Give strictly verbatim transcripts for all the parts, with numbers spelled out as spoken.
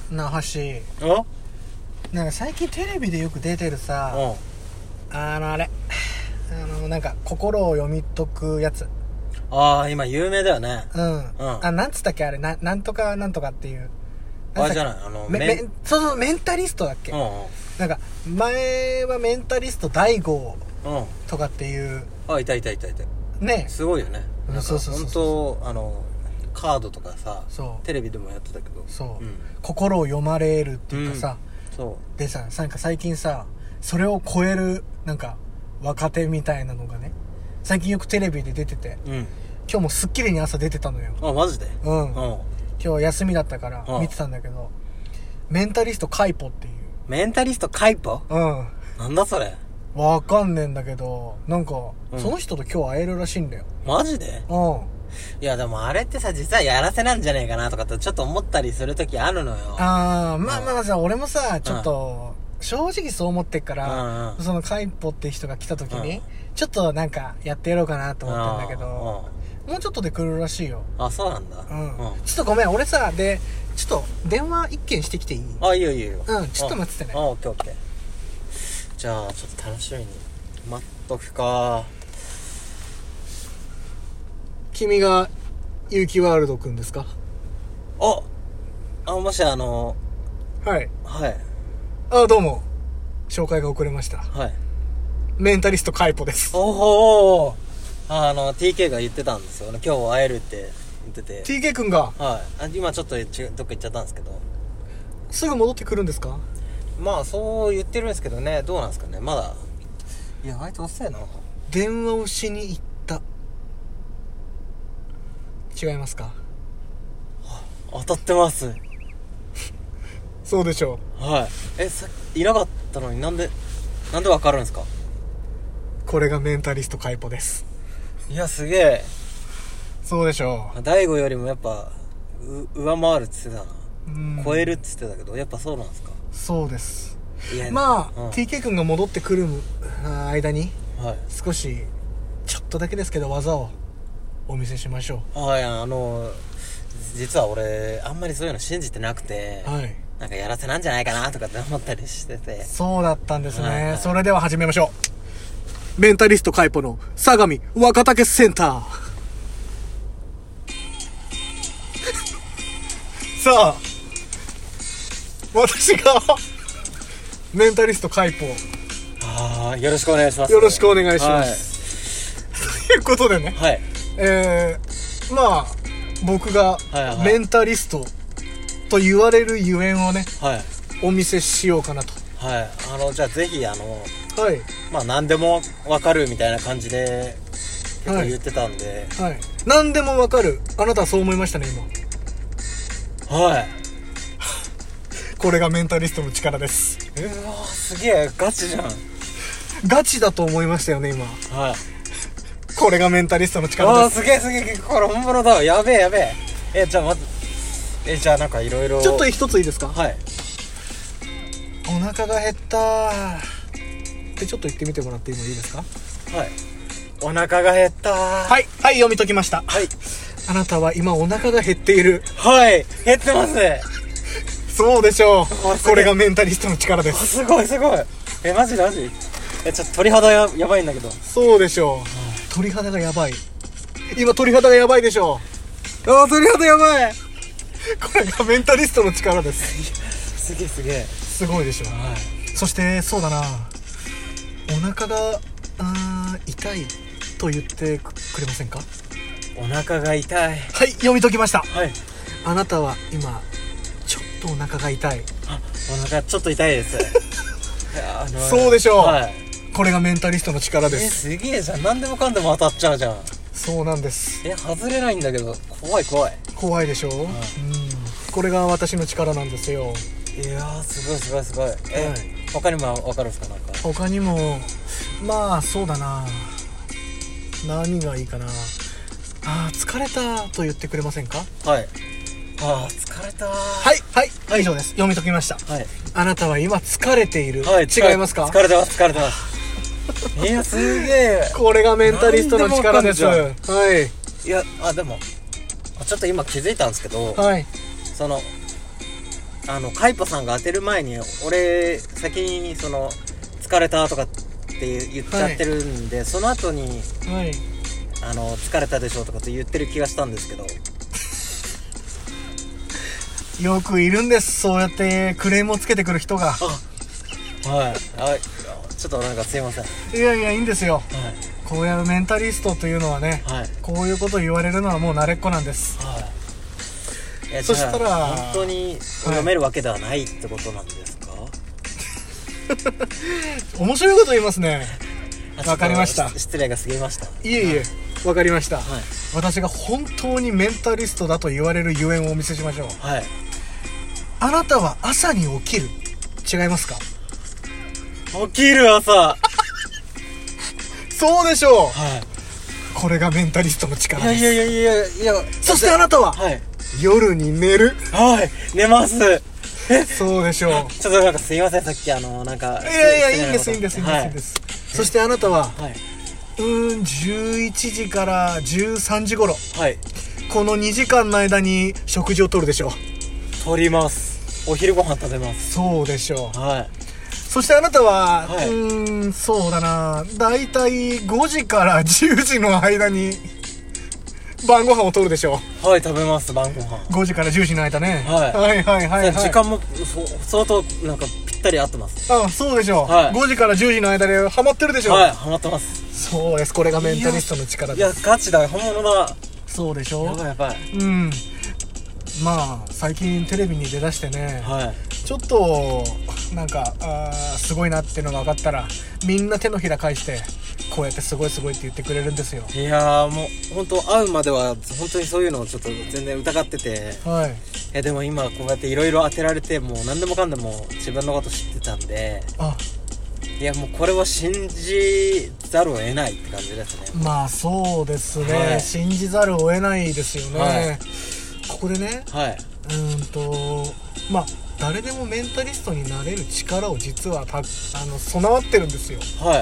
なあ橋、 あなんか最近テレビでよく出てるさ、あのあれあのなんか心を読み解くやつ。 ああ今有名だよね。 うん、うん、 あなんつったっけあれ、ななんとかなんとかっていう、 あれじゃない、あのめめそうそうメンタリストだっけ。 うんうん、 なんか前はメンタリスト大悟うんとかっていう、 あいたいたいたいたね、 すごいよね。なんかそうそうそう本そう当あのカードとかさ、 そうテレビでもやってたけど、 そう、 うん、 心を読まれるっていうかさ、 うん、そうでさ、なんか最近さ、それを超えるなんか若手みたいなのがね、最近よくテレビで出てて、 うん、 今日もスッキリに朝出てたのよ。 あマジで。 うん、 うん、 今日休みだったから見てたんだけど、メンタリストカイポっていう。 メンタリストカイポ。 うんなんだそれ。 わかんねえんだけど、なんか、 うん、その人と今日会えるらしいんだよ。 マジで。 うんいやでもあれってさ、実はやらせなんじゃねえかなとかってちょっと思ったりするときあるのよ。 ああ、まあまあさ、俺もさ、ちょっと、正直そう思ってっから、 うんうん、 そのカイポって人が来た時に、うん、ちょっとなんかやってやろうかなと思ったんだけど、もうちょっとで来るらしいよ。 あ、そうなんだ。 うん。うん、ちょっとごめん、俺さ、で、ちょっと電話一件してきていい？ あ、いいよいいよ。 うん、ちょっと待っててね。 あ、オッケーオッケー。じゃあ、ちょっと楽しみに待っとくか。 君が、有機ワールドくんですか？ あ、あ、もしあの、 はい。 はい。 あ、どうも。紹介が遅れました。 はい。 メンタリストカイポです。 おほー。あの、ティーケー が言ってたんですよね。今日会えるって言ってて。 ティーケー くんがはい。あ、今ちょっと違うどっか行っちゃったんですけど。 すぐ戻ってくるんですか？ まあ、そう言ってるんですけどね。どうなんですかね。まだ。いや、あいつ遅いな。 電話をしに行った。違いますか？ 当たってます。 そうでしょう。はい。え、さいなかったのになんで、なんでわかるんですか？ これがメンタリストカイポです。 いや、すげえ。 そうでしょう。大悟よりもやっぱ、う、上回るって言ってたな。 うん。 超えるって言ってたけど、やっぱそうなんですか？ そうです。 いや、 まあ、 うん、 ティーケー くんが戻ってくる間に、 はい、 少し、ちょっとだけですけど技をお見せしましょう。 はい、あの、実は俺、あんまりそういうの信じてなくて、 はい。 なんかやらせなんじゃないかなとかって思ったりしてて。 そうだったんですね。はいはい、それでは始めましょう。メンタリストカイポの相模若竹センター。さあ、私がメンタリストカイポ。 ああ、よろしくお願いします。 よろしくお願いします。はい、ということでね。 はい。 えー、まあ僕がメンタリストと言われるゆえんをね、はい、お見せしようかなと。 はい。あのじゃあぜひあの、 はい。 まあ何でもわかるみたいな感じで結構言ってたんで。 はい。はい、何でもわかる。あなたはそう思いましたね今。はい。 これがメンタリストの力です。 うわーすげえガチじゃん。 ガチだと思いましたよね今。 はい。 これがメンタリストの力です。 ああすげえすげえ、これ本物だわ。やべえやべえ。えじゃあまずえじゃあなんかいろいろちょっと一ついいですか？ はい。 お腹が減ったーってちょっと言ってみてもらってもいいですか？ はい。お腹が減ったー。 はいはい、読み解きました。 はい。 あなたは今お腹が減っている。 はい減ってます。 そうでしょう。これがメンタリストの力です。 すごいすごい。えマジマジ。えちょっと鳥肌 や, やばいんだけど。 そうでしょう、うん、鳥肌がやばい。今鳥肌がやばいでしょう。あ鳥肌やばい。 これがメンタリストの力です。 すげえすげえすごいでしょ、はい、そしてそうだな、お腹があ痛いと言ってくれませんか？ お腹が痛い。 はい読み解きました。 はい。 あなたは今ちょっとお腹が痛い。 あお腹ちょっと痛いですあのそうでしょう、はい、これがメンタリストの力です。 えすげえじゃん。何でもかんでも当たっちゃうじゃん。 そうなんです。 え外れないんだけど怖い怖い怖いでしょう、はい、うんこれが私の力なんですよ。 いやーすごいすごいすごい。え、はい、他にも分かるんですか？なんか他にもまあそうだな、何がいいかなあ。疲れたと言ってくれませんか？ はい。あ疲れたー。 はいはい、はい、以上です。読み解きました。はい。あなたは今疲れている。はい。違いますか？ 疲れてます疲れてます。いやすげえ。 これがメンタリストの力です。はい。 いやあでもちょっと今気づいたんですけど、はい。そのあのカイポさんが当てる前に俺先にその疲れたとかって言っちゃってるんで、はい、その後に、はい、あの疲れたでしょとかって言ってる気がしたんですけどよくいるんです、そうやってクレームをつけてくる人が。 あ、はい、あ、ちょっとなんかすいません。 いやいやいいんですよ、はい、こういうメンタリストというのはね、はい、こういうこと言われるのはもう慣れっこなんです、はい、 いやそしたら本当に読めるわけではないってことなんですか？ 面白いこと言いますね。わかりました。 失礼が過ぎました。 いえいえ、わかりました、はい、私が本当にメンタリストだと言われるゆえんをお見せしましょう。はい。あなたは朝に起きる、違いますか？ 起きる朝そうでしょう、はい、これがメンタリストの力です。 いやいやいやいやいや。 そしてあなたは、はい、夜に寝る。 はい、寝ます。 え、そうでしょう。 ちょっとなんかすいません、さっきあのなんか。 いやいやいいんですいいんですいいんです、はい、いいんです。そしてあなたは、はい、うーんじゅういちじからじゅうさんじ頃、はい、このにじかんの間に食事をとるでしょう。 とります。お昼ご飯食べます。 そうでしょう。はい。そしてあなたは、はい、うーんそうだな、だいたいごじからじゅうじの間に晩ご飯をとるでしょう。はい、食べます。晩ご飯ごじからじゅうじの間ね、はい、はいはいはいはい。 時間も相当なんかぴったり合ってます。 あ、そうでしょう、はい、ごじからじゅうじの間でハマってるでしょう。 はい、ハマってます。 そうです。これがメンタリストの力です。 いやガチだ、本物だ。 そうでしょう。 やばいやばい。 うん。まあ最近テレビに出だしてね、はい、ちょっとなんかあすごいなっていうのが分かったらみんな手のひら返してこうやってすごいすごいって言ってくれるんですよ。 いやーもう本当会うまでは本当にそういうのをちょっと全然疑ってて、はい、えでも今こうやっていろいろ当てられてもう何でもかんでも自分のこと知ってたんで、あ、いやもうこれは信じざるを得ないって感じですね。 まあそうですね、はい、信じざるを得ないですよね、はい、ここでね、はい、うーんとまあ誰でもメンタリストになれる力を実はたあの備わってるんですよ。はい。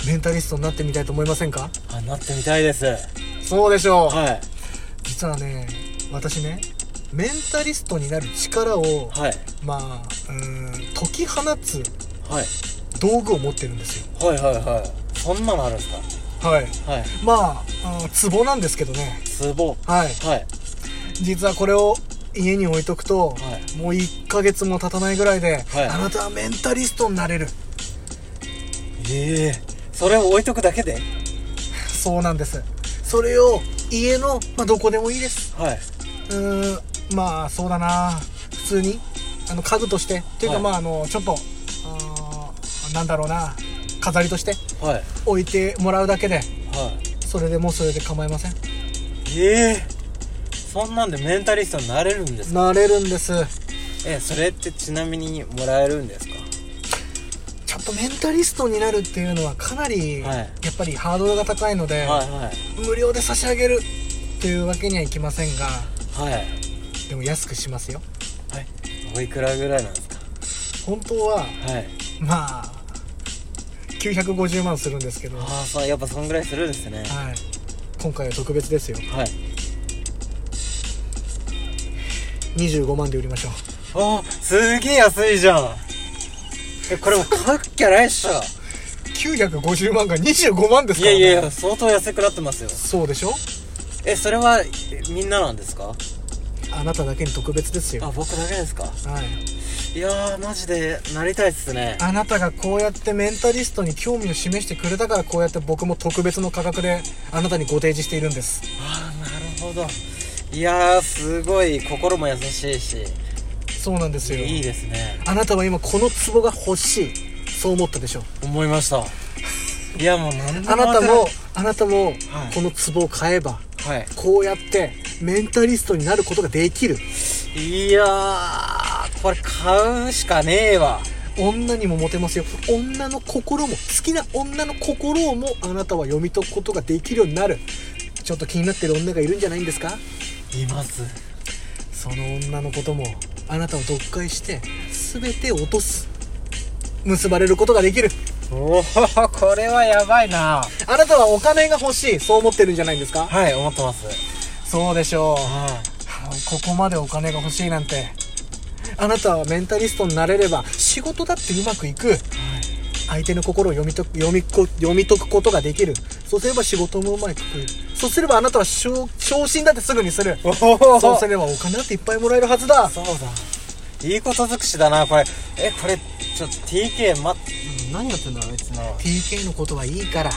メンタリストになってみたいと思いませんか？ あ、なってみたいです。 そうでしょう。はい。実はね、私ね、メンタリストになる力を、はい、まあうーん解き放つ、はい、道具を持ってるんですよ。 はいはいはい。そんなのあるんですか？ はい。はい。まあ、あツボなんですけどね。 ツボ。 はい。はい。実はこれを家に置いとくと、はい、もういっかげつも経たないぐらいで、はい、あなたはメンタリストになれる。 ええー、それを置いとくだけで？ そうなんです。それを家の、まあ、どこでもいいです、はい、うーんまあそうだな、普通にあの家具としてっていうか、はい、まああのちょっとあなんだろうな、飾りとして置いてもらうだけで、はい、それでもうそれで構いません。 ええー、そんなんでメンタリストになれるんですか？ なれるんです。 え、それってちなみにもらえるんですか？ ちょっとメンタリストになるっていうのはかなり、はい、やっぱりハードルが高いので、はいはい、無料で差し上げるっていうわけにはいきませんが、はい、でも安くしますよ。 はい。おいくらぐらいなんですか？ 本当は、はい、まあきゅうひゃくごじゅうまんするんですけど、 ああ、そう、やっぱそんぐらいするんですね。はい。 今回は特別ですよ。はい。にじゅうごまんで売りましょう。 ああ、すげえ安いじゃん。え、これも買うっきゃないっしょ。 きゅうひゃくごじゅうまんがにじゅうごまんですからね。 いやいや、相当安くなってますよ。 そうでしょ。 え、それはみんななんですか？ あなただけに特別ですよ。 あ、僕だけですか？はい。いやー、マジでなりたいっすね。 あなたがこうやってメンタリストに興味を示してくれたから、こうやって僕も特別の価格であなたにご提示しているんです。 ああ、なるほど。いやー、すごい心も優しいし。 そうなんですよ。 いいですね。 あなたは今このツボが欲しい、そう思ったでしょ？思いました。いや、もう何でもあなたもあなたもこのツボを買えば、はい、こうやってメンタリストになることができる。 いやー、これ買うしかねえわ。 女にもモテますよ。女の心も、好きな女の心をもあなたは読み解くことができるようになる。ちょっと気になってる女がいるんじゃないんですか？ います。 その女のこともあなたを読解して全て落とす、結ばれることができる。 おお、これはやばいな。 あなたはお金が欲しい、そう思ってるんじゃないんですか？ はい、思ってます。 そうでしょう、はあ、ここまでお金が欲しいなんてあなたはメンタリストになれれば仕事だってうまくいく、はい、相手の心を読み解く、読みこ、読み解くことができる。そうすれば仕事もうまくいく。そうすればあなたは昇進だってすぐにする。そうすればお金だっていっぱいもらえるはずだ。 そうだ、いいこと尽くしだなこれ。えこれちょっと ティーケー ま何やってんだろうあいつな。 ティーケー のことはいいから、はい、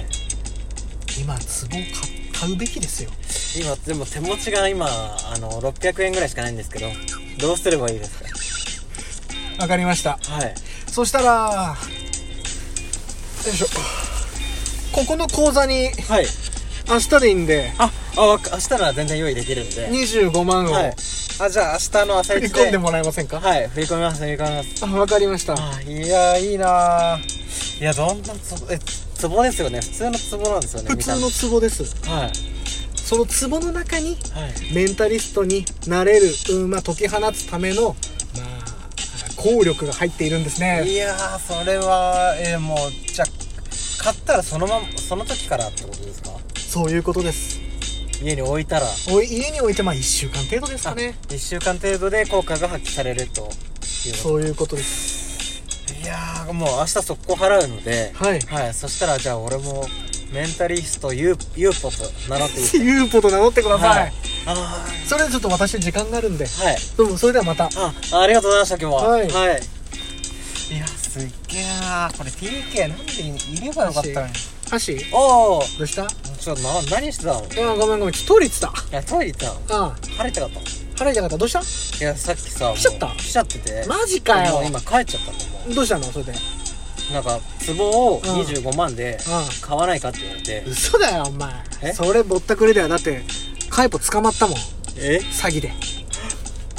今壺を買うべきですよ。 今でも手持ちが今あのろっぴゃくえんぐらいしかないんですけど、どうすればいいですか？ わかりました。はい。そしたらよいしょ、ここの口座に、はい、明日でいいんで、 ああ明日なら全然用意できるんでにじゅうごまんを、はい、 あじゃあ明日の朝一で振り込んでもらえませんか？ はい、振り込みます振り込みます。 あわかりました。 あいやいいな。いやどんなつぼえつぼですよね。普通のつぼなんですよね。 普通のつぼです。はい。そのつぼの中に、はい、メンタリストになれる、うんまあ、解き放つための、まあ、効力が入っているんですね。 いやーそれは、えー、もうじゃあ買ったらそのままその時からってことですか？ そういうことです。 家に置いたらお家に置いてまあいっしゅうかん程度ですかね。 いっしゅうかん程度で効果が発揮されるという。 そういうことです。 いやーもう明日速攻払うので、はい、はい、そしたらじゃあ俺もメンタリストユー、ユーポと名乗っていいですか？ ユーポと名乗ってください。はい、 あそれでちょっと私時間があるんで、はい、どうもそれではまた。 あありがとうございました今日は。はい、はい、いやすっげえなこれ ティーケー なんでいればよかったのに。 箸？ おおどうした？ ちょっとな何してたの？ いやごめんごめんちょっとトイレ行ってた。 いやトイレ行ったの？ああ晴れたかった。 晴れたかった。どうした？ いやさっきさ来ちゃった？ 来ちゃってて。 マジかよ。 今帰っちゃったの。もうどうしたのそれで？ なんか壺をにじゅうごまんで買わないかって言われて、 うん、嘘だよお前。それぼったくれだよ。だってカイポ捕まったもん。え詐欺で。